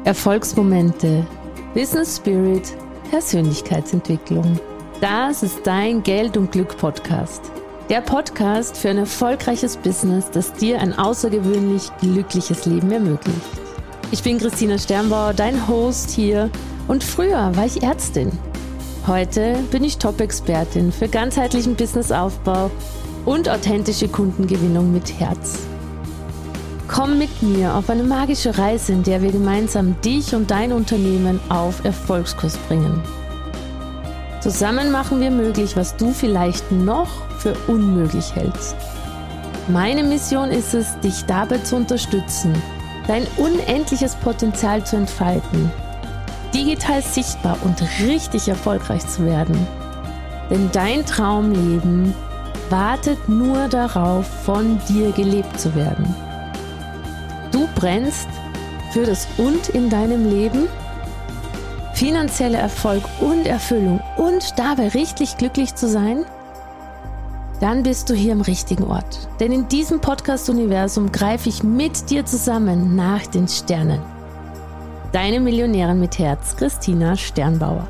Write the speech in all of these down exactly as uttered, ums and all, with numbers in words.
Erfolgsmomente, Business Spirit, Persönlichkeitsentwicklung. Das ist dein Geld und Glück Podcast. Der Podcast für ein erfolgreiches Business, das dir ein außergewöhnlich glückliches Leben ermöglicht. Ich bin Christina Sternbauer, dein Host hier, und früher war ich Ärztin. Heute bin ich Top-Expertin für ganzheitlichen Businessaufbau und authentische Kundengewinnung mit Herz. Komm mit mir auf eine magische Reise, in der wir gemeinsam dich und dein Unternehmen auf Erfolgskurs bringen. Zusammen machen wir möglich, was du vielleicht noch für unmöglich hältst. Meine Mission ist es, dich dabei zu unterstützen, dein unendliches Potenzial zu entfalten, digital sichtbar und richtig erfolgreich zu werden. Denn dein Traumleben wartet nur darauf, von dir gelebt zu werden. Du brennst für das Und in deinem Leben, finanzieller Erfolg und Erfüllung und dabei richtig glücklich zu sein? Dann bist du hier am richtigen Ort. Denn in diesem Podcast-Universum greife ich mit dir zusammen nach den Sternen. Deine Millionärin mit Herz, Christina Sternbauer.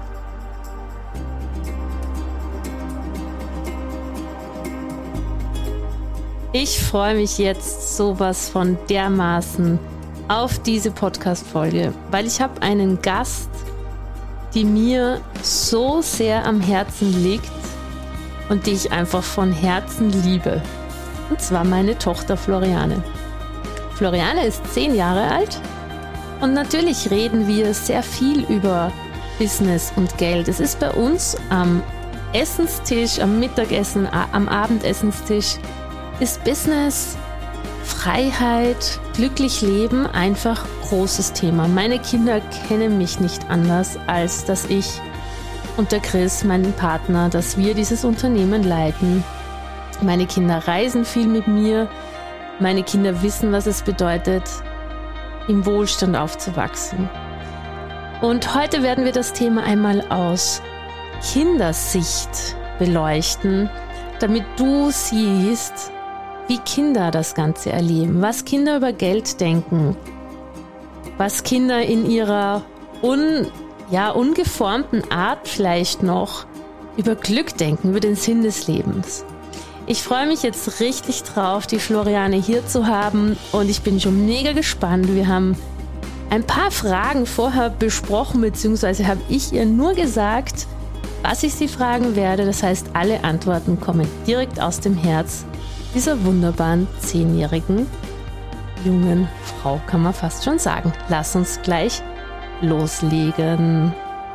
Ich freue mich jetzt sowas von dermaßen auf diese Podcast-Folge, weil ich habe einen Gast, die mir so sehr am Herzen liegt und die ich einfach von Herzen liebe. Und zwar meine Tochter Floriane. Floriane ist zehn Jahre alt und natürlich reden wir sehr viel über Business und Geld. Es ist bei uns am Essenstisch, am Mittagessen, am Abendessenstisch ist Business, Freiheit, glücklich leben einfach großes Thema. Meine Kinder kennen mich nicht anders, als dass ich und der Chris, meinen Partner, dass wir dieses Unternehmen leiten. Meine Kinder reisen viel mit mir. Meine Kinder wissen, was es bedeutet, im Wohlstand aufzuwachsen. Und heute werden wir das Thema einmal aus Kindersicht beleuchten, damit du siehst, wie Kinder das Ganze erleben, was Kinder über Geld denken, was Kinder in ihrer un, ja, ungeformten Art vielleicht noch über Glück denken, über den Sinn des Lebens. Ich freue mich jetzt richtig drauf, die Floriane hier zu haben, und ich bin schon mega gespannt. Wir haben ein paar Fragen vorher besprochen, beziehungsweise habe ich ihr nur gesagt, was ich sie fragen werde. Das heißt, alle Antworten kommen direkt aus dem Herz dieser wunderbaren zehnjährigen jungen Frau, kann man fast schon sagen. Lass uns gleich loslegen.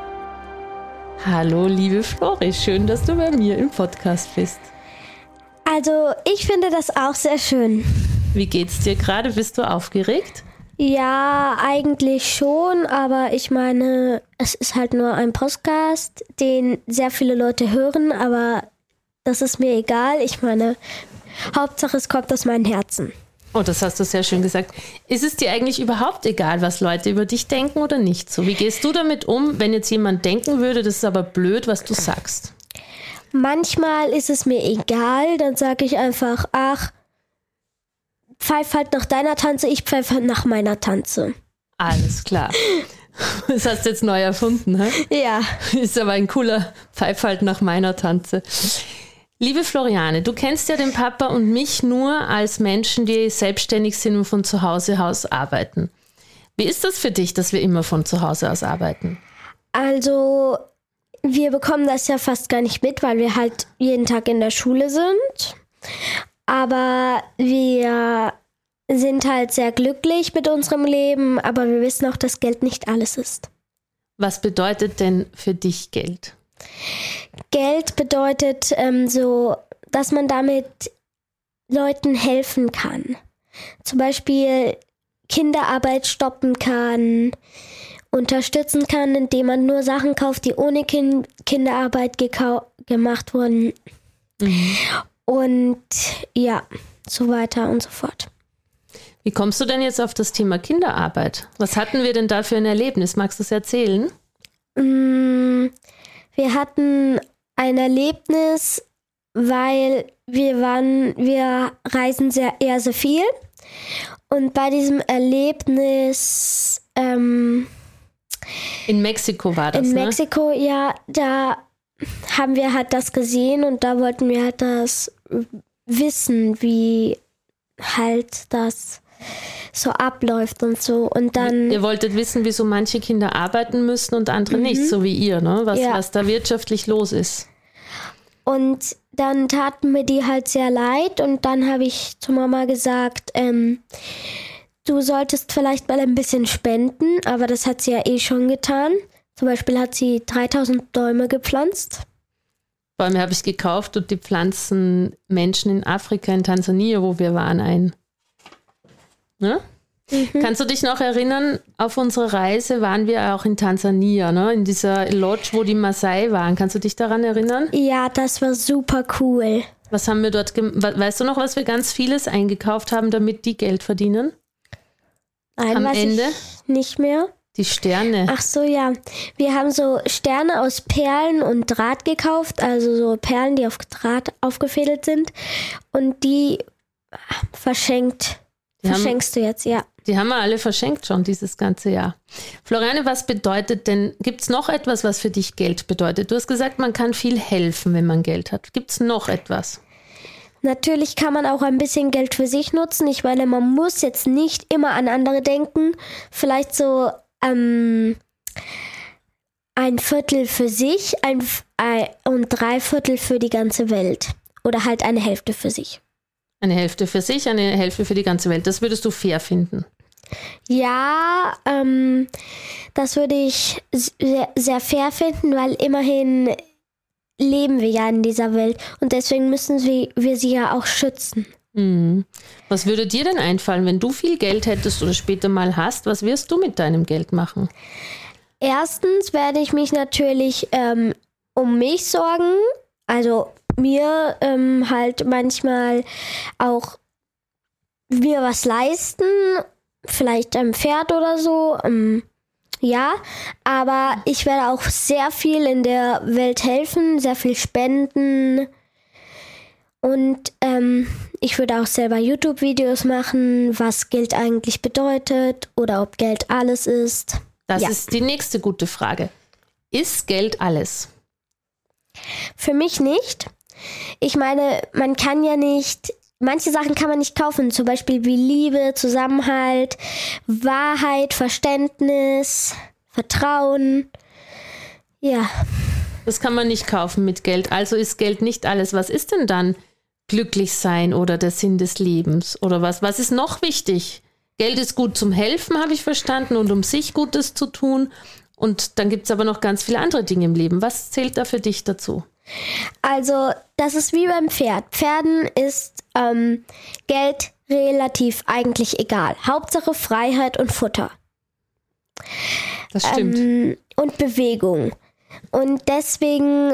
Hallo liebe Flori, schön, dass du bei mir im Podcast bist. Also ich finde das auch sehr schön. Wie geht's dir gerade? Bist du aufgeregt? Ja, eigentlich schon, aber ich meine, es ist halt nur ein Podcast, den sehr viele Leute hören, aber das ist mir egal. Ich meine, Hauptsache es kommt aus meinem Herzen. Oh, das hast du sehr schön gesagt. Ist es dir eigentlich überhaupt egal, was Leute über dich denken oder nicht so? Wie gehst du damit um, wenn jetzt jemand denken würde, das ist aber blöd, was du sagst? Manchmal ist es mir egal, dann sage ich einfach, ach, pfeif halt nach deiner Tanze, ich pfeife halt nach meiner Tanze. Alles klar. Das hast du jetzt neu erfunden, hä? Ja. Ist aber ein cooler Pfeif halt nach meiner Tanze. Liebe Floriane, du kennst ja den Papa und mich nur als Menschen, die selbstständig sind und von zu Hause aus arbeiten. Wie ist das für dich, dass wir immer von zu Hause aus arbeiten? Also, wir bekommen das ja fast gar nicht mit, weil wir halt jeden Tag in der Schule sind. Aber wir sind halt sehr glücklich mit unserem Leben, aber wir wissen auch, dass Geld nicht alles ist. Was bedeutet denn für dich Geld? Geld bedeutet ähm, so, dass man damit Leuten helfen kann. Zum Beispiel Kinderarbeit stoppen kann, unterstützen kann, indem man nur Sachen kauft, die ohne kind- Kinderarbeit gekau- gemacht wurden. Mhm. Und ja, so weiter und so fort. Wie kommst du denn jetzt auf das Thema Kinderarbeit? Was hatten wir denn da für ein Erlebnis? Magst du es erzählen? Mm, wir hatten ein Erlebnis, weil wir waren, wir reisen sehr, eher sehr viel. Und bei diesem Erlebnis ähm, in Mexiko war das, in ne? Mexiko, ja, da haben wir halt das gesehen und da wollten wir halt das wissen, wie halt das so abläuft und so. Und dann. Ihr wolltet wissen, wieso manche Kinder arbeiten müssen und andere mhm. nicht, so wie ihr, ne? Was, ja. was da wirtschaftlich los ist. Und dann taten mir die halt sehr leid und dann habe ich zu Mama gesagt, ähm, du solltest vielleicht mal ein bisschen spenden, aber das hat sie ja eh schon getan. Zum Beispiel hat sie dreitausend Bäume gepflanzt. Bäume habe ich gekauft und die pflanzen Menschen in Afrika, in Tansania, wo wir waren, ein. Ne? Mhm. Kannst du dich noch erinnern, auf unserer Reise waren wir auch in Tansania, ne? In dieser Lodge, wo die Maasai waren. Kannst du dich daran erinnern? Ja, das war super cool. Was haben wir dort gemacht? Weißt du noch, was wir ganz vieles eingekauft haben, damit die Geld verdienen? Nein, am weiß Ende? Ich nicht mehr. Die Sterne. Ach so, ja. Wir haben so Sterne aus Perlen und Draht gekauft, also so Perlen, die auf Draht aufgefädelt sind und die verschenkt. Die Verschenkst haben, du jetzt, ja. Die haben wir alle verschenkt schon dieses ganze Jahr. Floriane, was bedeutet denn, gibt es noch etwas, was für dich Geld bedeutet? Du hast gesagt, man kann viel helfen, wenn man Geld hat. Gibt es noch etwas? Natürlich kann man auch ein bisschen Geld für sich nutzen. Ich meine, man muss jetzt nicht immer an andere denken. Vielleicht so ähm, ein Viertel für sich ein, ein, und drei Viertel für die ganze Welt. Oder halt eine Hälfte für sich. Eine Hälfte für sich, eine Hälfte für die ganze Welt. Das würdest du fair finden? Ja, ähm, das würde ich sehr, sehr fair finden, weil immerhin leben wir ja in dieser Welt und deswegen müssen wir, wir sie ja auch schützen. Mhm. Was würde dir denn einfallen, wenn du viel Geld hättest oder später mal hast? Was wirst du mit deinem Geld machen? Erstens werde ich mich natürlich ähm, um mich sorgen, also mir ähm, halt manchmal auch mir was leisten, vielleicht ein Pferd oder so, ähm, ja, aber ich werde auch sehr viel in der Welt helfen, sehr viel spenden und ähm, ich würde auch selber YouTube-Videos machen, was Geld eigentlich bedeutet oder ob Geld alles ist. Das ja. ist die nächste gute Frage. Ist Geld alles? Für mich nicht. Ich meine, man kann ja nicht, manche Sachen kann man nicht kaufen, zum Beispiel wie Liebe, Zusammenhalt, Wahrheit, Verständnis, Vertrauen, ja. Das kann man nicht kaufen mit Geld, also ist Geld nicht alles. Was ist denn dann glücklich sein oder der Sinn des Lebens oder was? Was ist noch wichtig? Geld ist gut zum Helfen, habe ich verstanden, und um sich Gutes zu tun. Und dann gibt es aber noch ganz viele andere Dinge im Leben. Was zählt da für dich dazu? Also, das ist wie beim Pferd. Pferden ist ähm, Geld relativ eigentlich egal. Hauptsache Freiheit und Futter. Das stimmt. Ähm, und Bewegung. Und deswegen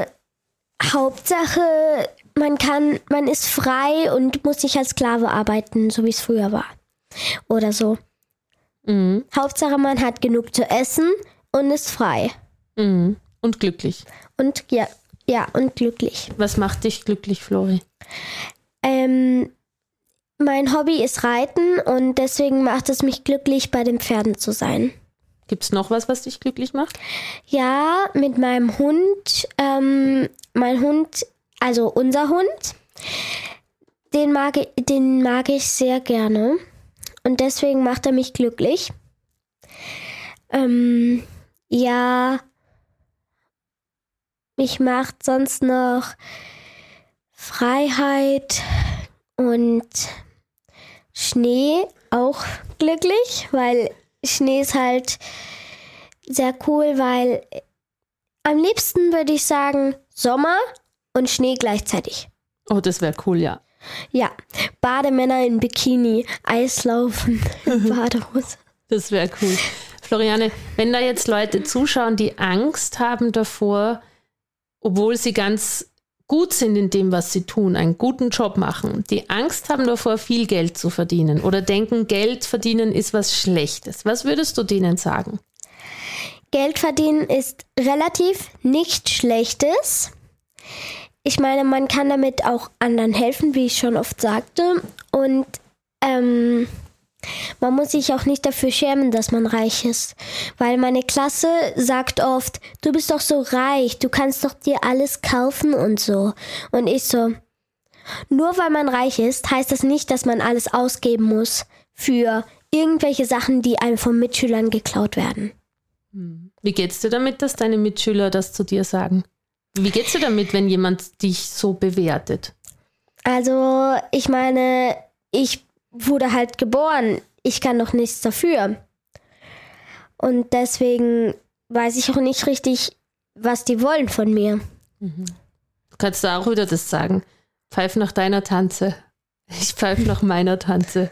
Hauptsache, man kann, man ist frei und muss nicht als Sklave arbeiten, so wie es früher war. Oder so. Mhm. Hauptsache, man hat genug zu essen und ist frei. Mhm. Und glücklich. Und ja. Ja, und glücklich. Was macht dich glücklich, Flori? Ähm, mein Hobby ist Reiten und deswegen macht es mich glücklich, bei den Pferden zu sein. Gibt es noch was, was dich glücklich macht? Ja, mit meinem Hund. Ähm, mein Hund, also unser Hund, den mag ich, den mag ich sehr gerne. Und deswegen macht er mich glücklich. Ähm, ja... Mich macht sonst noch Freiheit und Schnee auch glücklich, weil Schnee ist halt sehr cool, weil am liebsten würde ich sagen Sommer und Schnee gleichzeitig. Oh, das wäre cool, ja. Ja, Bademänner in Bikini, Eislaufen in Badehose. Das wäre cool. Floriane, wenn da jetzt Leute zuschauen, die Angst haben davor, obwohl sie ganz gut sind in dem, was sie tun, einen guten Job machen, die Angst haben davor, viel Geld zu verdienen oder denken, Geld verdienen ist was Schlechtes. Was würdest du denen sagen? Geld verdienen ist relativ nichts Schlechtes. Ich meine, man kann damit auch anderen helfen, wie ich schon oft sagte. Und ähm, Man muss sich auch nicht dafür schämen, dass man reich ist. Weil meine Klasse sagt oft, du bist doch so reich, du kannst doch dir alles kaufen und so. Und ich so, nur weil man reich ist, heißt das nicht, dass man alles ausgeben muss für irgendwelche Sachen, die einem von Mitschülern geklaut werden. Wie geht's dir damit, dass deine Mitschüler das zu dir sagen? Wie geht's dir damit, wenn jemand dich so bewertet? Also, ich meine, ich wurde halt geboren. Ich kann doch nichts dafür. Und deswegen weiß ich auch nicht richtig, was die wollen von mir. Mhm. Du kannst da auch wieder das sagen. Pfeif nach deiner Tanze. Ich pfeif nach meiner Tanze.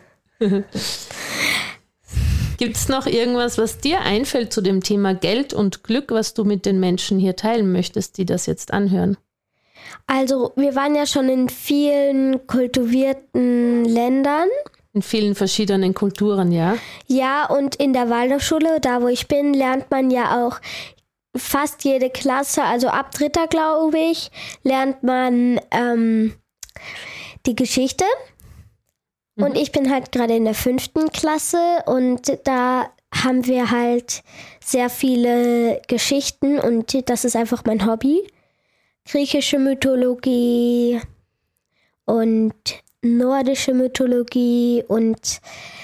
Gibt es noch irgendwas, was dir einfällt zu dem Thema Geld und Glück, was du mit den Menschen hier teilen möchtest, die das jetzt anhören? Also, wir waren ja schon in vielen kultivierten Ländern. In vielen verschiedenen Kulturen, ja? Ja, und in der Waldorfschule, da wo ich bin, lernt man ja auch fast jede Klasse, also ab dritter, glaube ich, lernt man ähm, die Geschichte. Mhm. Und ich bin halt gerade in der fünften Klasse und da haben wir halt sehr viele Geschichten und das ist einfach mein Hobby. Griechische Mythologie und nordische Mythologie und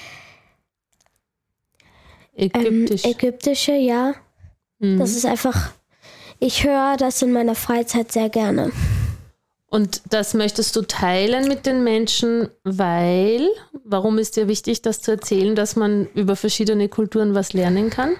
Ägyptisch. ähm, ägyptische, ja. Mhm. Das ist einfach, ich höre das in meiner Freizeit sehr gerne. Und das möchtest du teilen mit den Menschen, weil, warum ist dir wichtig, das zu erzählen, dass man über verschiedene Kulturen was lernen kann?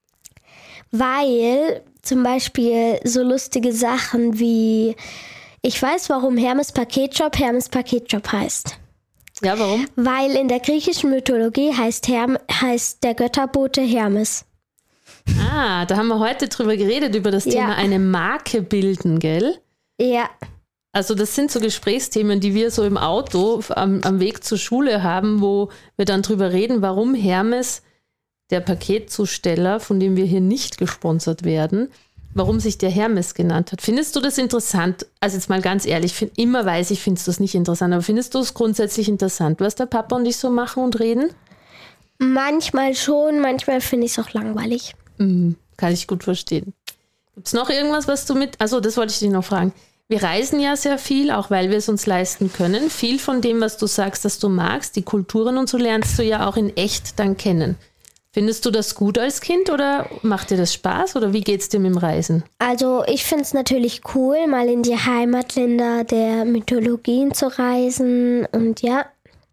Weil zum Beispiel so lustige Sachen wie, ich weiß, warum Hermes Paketshop Hermes Paketshop heißt. Ja, warum? Weil in der griechischen Mythologie heißt, Herm, heißt der Götterbote Hermes. Ah, da haben wir heute drüber geredet, über das Thema ja. eine Marke bilden, gell? Ja. Also das sind so Gesprächsthemen, die wir so im Auto am, am Weg zur Schule haben, wo wir dann drüber reden, warum Hermes, der Paketzusteller, von dem wir hier nicht gesponsert werden, warum sich der Hermes genannt hat. Findest du das interessant? Also jetzt mal ganz ehrlich, find, immer weiß ich, findest du es nicht interessant, aber findest du es grundsätzlich interessant, was der Papa und ich so machen und reden? Manchmal schon, manchmal finde ich es auch langweilig. Mhm, kann ich gut verstehen. Gibt es noch irgendwas, was du mit... Also das wollte ich dich noch fragen. Wir reisen ja sehr viel, auch weil wir es uns leisten können. Viel von dem, was du sagst, dass du magst, die Kulturen und so, lernst du ja auch in echt dann kennen. Findest du das gut als Kind oder macht dir das Spaß oder wie geht's dir mit dem Reisen? Also ich finde es natürlich cool, mal in die Heimatländer der Mythologien zu reisen und ja.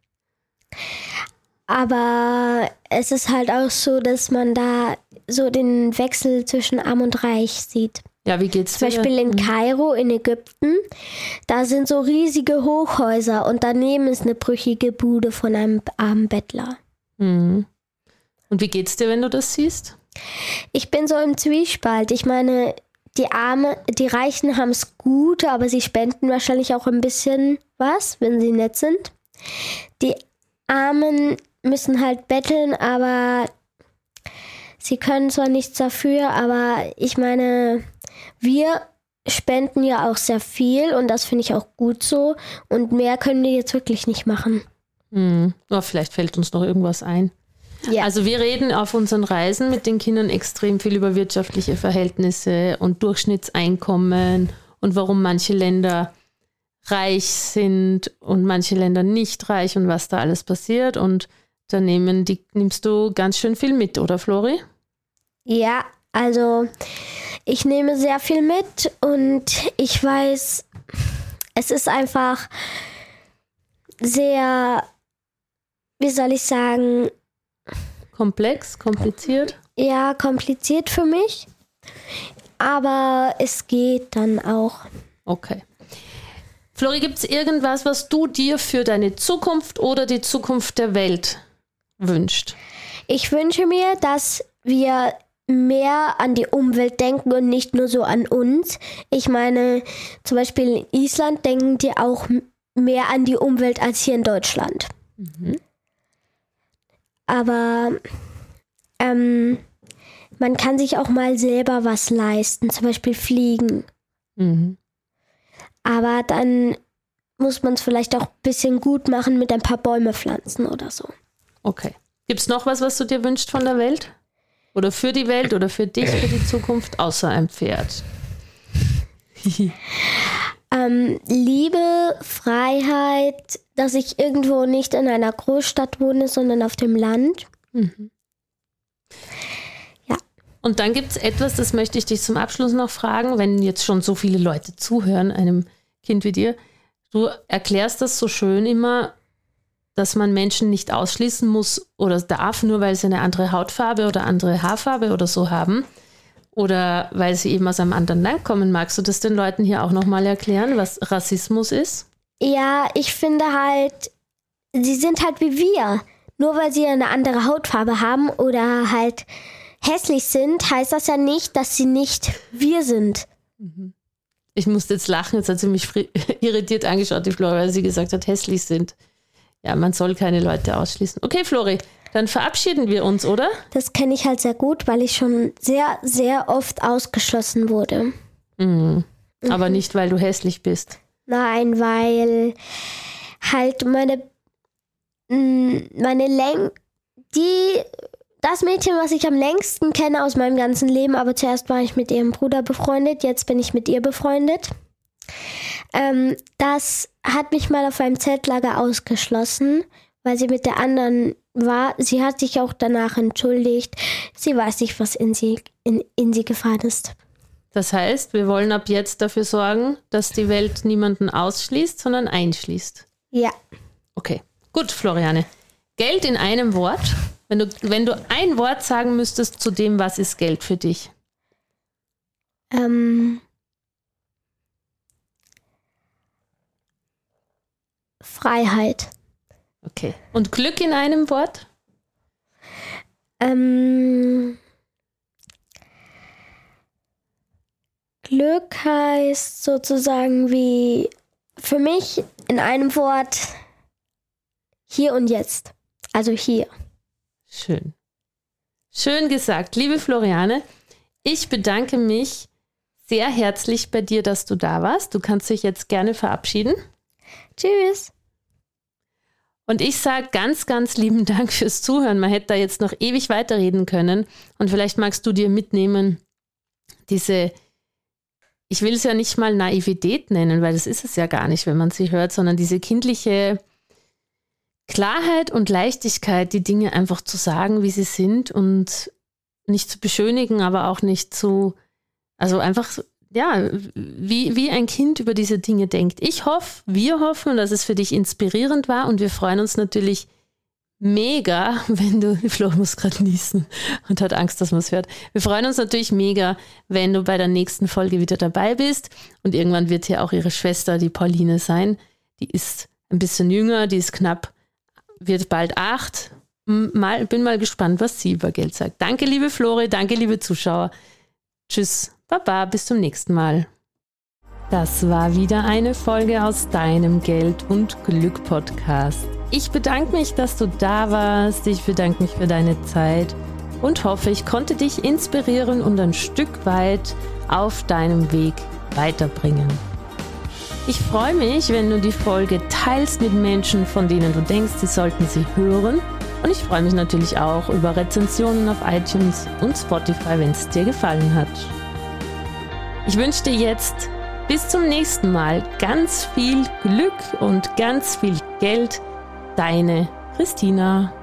Aber es ist halt auch so, dass man da so den Wechsel zwischen Arm und Reich sieht. Ja, wie geht's dir? Zum Beispiel in Kairo in Ägypten, da sind so riesige Hochhäuser und daneben ist eine brüchige Bude von einem armen Bettler. Mhm. Und wie geht's dir, wenn du das siehst? Ich bin so im Zwiespalt. Ich meine, die Arme, die Reichen haben es gut, aber sie spenden wahrscheinlich auch ein bisschen was, wenn sie nett sind. Die Armen müssen halt betteln, aber sie können zwar nichts dafür, aber ich meine, wir spenden ja auch sehr viel und das finde ich auch gut so. Und mehr können wir jetzt wirklich nicht machen. Hm. Oh, vielleicht fällt uns noch irgendwas ein. Ja. Also wir reden auf unseren Reisen mit den Kindern extrem viel über wirtschaftliche Verhältnisse und Durchschnittseinkommen und warum manche Länder reich sind und manche Länder nicht reich und was da alles passiert. Und da nehmen die, nimmst du ganz schön viel mit, oder Flori? Ja, also ich nehme sehr viel mit und ich weiß, es ist einfach sehr, wie soll ich sagen, komplex, kompliziert? Ja, kompliziert für mich, aber es geht dann auch. Okay. Flori, gibt es irgendwas, was du dir für deine Zukunft oder die Zukunft der Welt wünschst? Ich wünsche mir, dass wir mehr an die Umwelt denken und nicht nur so an uns. Ich meine, zum Beispiel in Island denken die auch mehr an die Umwelt als hier in Deutschland. Mhm. Aber ähm, man kann sich auch mal selber was leisten, zum Beispiel fliegen. Mhm. Aber dann muss man es vielleicht auch ein bisschen gut machen mit ein paar Bäume pflanzen oder so. Okay. Gibt es noch was, was du dir wünschst von der Welt? Oder für die Welt oder für dich, für die Zukunft, außer ein Pferd? ähm, Liebe, Freiheit, dass ich irgendwo nicht in einer Großstadt wohne, sondern auf dem Land. Mhm. Ja. Und dann gibt es etwas, das möchte ich dich zum Abschluss noch fragen, wenn jetzt schon so viele Leute zuhören, einem Kind wie dir. Du erklärst das so schön immer, dass man Menschen nicht ausschließen muss oder darf, nur weil sie eine andere Hautfarbe oder andere Haarfarbe oder so haben oder weil sie eben aus einem anderen Land kommen. Magst du das den Leuten hier auch nochmal erklären, was Rassismus ist? Ja, ich finde halt, sie sind halt wie wir. Nur weil sie eine andere Hautfarbe haben oder halt hässlich sind, heißt das ja nicht, dass sie nicht wir sind. Ich musste jetzt lachen, jetzt hat sie mich irritiert angeschaut, die Flori, weil sie gesagt hat, hässlich sind. Ja, man soll keine Leute ausschließen. Okay, Flori, dann verabschieden wir uns, oder? Das kenne ich halt sehr gut, weil ich schon sehr, sehr oft ausgeschlossen wurde. Mhm. Aber mhm. nicht, weil du hässlich bist. Nein, weil halt meine, meine Läng... Die... Das Mädchen, was ich am längsten kenne aus meinem ganzen Leben, aber zuerst war ich mit ihrem Bruder befreundet, jetzt bin ich mit ihr befreundet. Ähm, das hat mich mal auf einem Zeltlager ausgeschlossen, weil sie mit der anderen war. Sie hat sich auch danach entschuldigt. Sie weiß nicht, was in sie, in, in sie gefahren ist. Das heißt, wir wollen ab jetzt dafür sorgen, dass die Welt niemanden ausschließt, sondern einschließt. Ja. Okay, gut, Floriane. Geld in einem Wort. Wenn du, wenn du ein Wort sagen müsstest zu dem, was ist Geld für dich? Ähm... Freiheit. Okay. Und Glück in einem Wort? Ähm, Glück heißt sozusagen wie für mich in einem Wort hier und jetzt. Also hier. Schön. Schön gesagt. Liebe Floriane, ich bedanke mich sehr herzlich bei dir, dass du da warst. Du kannst dich jetzt gerne verabschieden. Tschüss. Und ich sage ganz, ganz lieben Dank fürs Zuhören. Man hätte da jetzt noch ewig weiterreden können. Und vielleicht magst du dir mitnehmen, diese, ich will es ja nicht mal Naivität nennen, weil das ist es ja gar nicht, wenn man sie hört, sondern diese kindliche Klarheit und Leichtigkeit, die Dinge einfach zu sagen, wie sie sind und nicht zu beschönigen, aber auch nicht zu, also einfach, ja, wie, wie ein Kind über diese Dinge denkt. Ich hoffe, wir hoffen, dass es für dich inspirierend war und wir freuen uns natürlich mega, wenn du, die Flo muss gerade niesen und hat Angst, dass man es hört. Wir freuen uns natürlich mega, wenn du bei der nächsten Folge wieder dabei bist und irgendwann wird hier auch ihre Schwester, die Pauline, sein. Die ist ein bisschen jünger, die ist knapp, wird bald acht. Mal, bin mal gespannt, was sie über Geld sagt. Danke, liebe Flori, danke, liebe Zuschauer. Tschüss, Baba, bis zum nächsten Mal. Das war wieder eine Folge aus deinem Geld und Glück Podcast. Ich bedanke mich, dass du da warst. Ich bedanke mich für deine Zeit und hoffe, ich konnte dich inspirieren und ein Stück weit auf deinem Weg weiterbringen. Ich freue mich, wenn du die Folge teilst mit Menschen, von denen du denkst, sie sollten sie hören. Und ich freue mich natürlich auch über Rezensionen auf iTunes und Spotify, wenn es dir gefallen hat. Ich wünsche dir jetzt bis zum nächsten Mal ganz viel Glück und ganz viel Geld. Deine Christina.